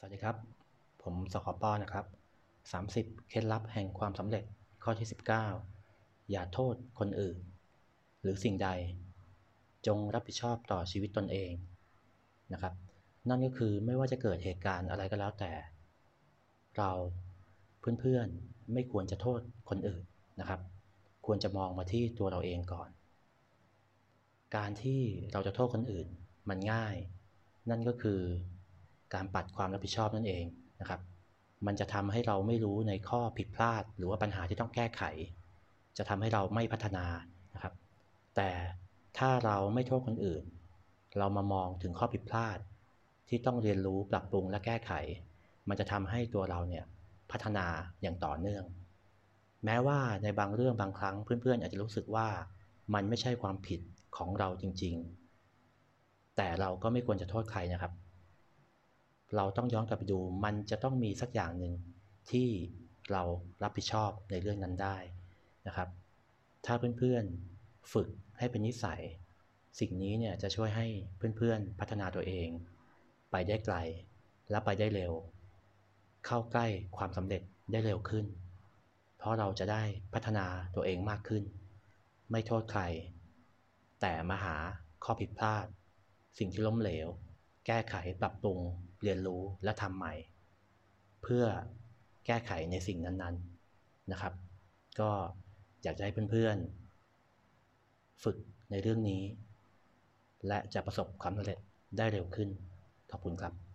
สวัสดีครับผมสคปนะครับ30เคล็ดลับแห่งความสำเร็จข้อที่19อย่าโทษคนอื่นหรือสิ่งใดจงรับผิดชอบต่อชีวิตตนเองนะครับนั่นก็คือไม่ว่าจะเกิดเหตุการณ์อะไรก็แล้วแต่เราเพื่อนๆไม่ควรจะโทษคนอื่นนะครับควรจะมองมาที่ตัวเราเองก่อนการที่เราจะโทษคนอื่นมันง่ายนั่นก็คือการปัดความรับผิดชอบนั่นเองนะครับมันจะทำให้เราไม่รู้ในข้อผิดพลาดหรือว่าปัญหาที่ต้องแก้ไขจะทำให้เราไม่พัฒนานะครับแต่ถ้าเราไม่โทษคนอื่นเรามามองถึงข้อผิดพลาดที่ต้องเรียนรู้ปรับปรุงและแก้ไขมันจะทำให้ตัวเราเนี่ยพัฒนาอย่างต่อเนื่องแม้ว่าในบางเรื่องบางครั้งเพื่อนๆอาจจะรู้สึกว่ามันไม่ใช่ความผิดของเราจริงๆแต่เราก็ไม่ควรจะโทษใครนะครับเราต้องย้อนกลับไปดูมันจะต้องมีสักอย่างหนึ่งที่เรารับผิดชอบในเรื่องนั้นได้นะครับถ้าเพื่อนๆฝึกให้เป็นนิสัยสิ่งนี้เนี่ยจะช่วยให้เพื่อนๆพัฒนาตัวเองไปได้ไกลและไปได้เร็วเข้าใกล้ความสำเร็จได้เร็วขึ้นเพราะเราจะได้พัฒนาตัวเองมากขึ้นไม่โทษใครแต่มาหาข้อผิดพลาดสิ่งที่ล้มเหลวแก้ไขปรับปรุงเรียนรู้และทำใหม่เพื่อแก้ไขในสิ่งนั้นๆนะครับก็อยากจะให้เพื่อนๆฝึกในเรื่องนี้และจะประสบความสำเร็จได้เร็วขึ้นขอบคุณครับ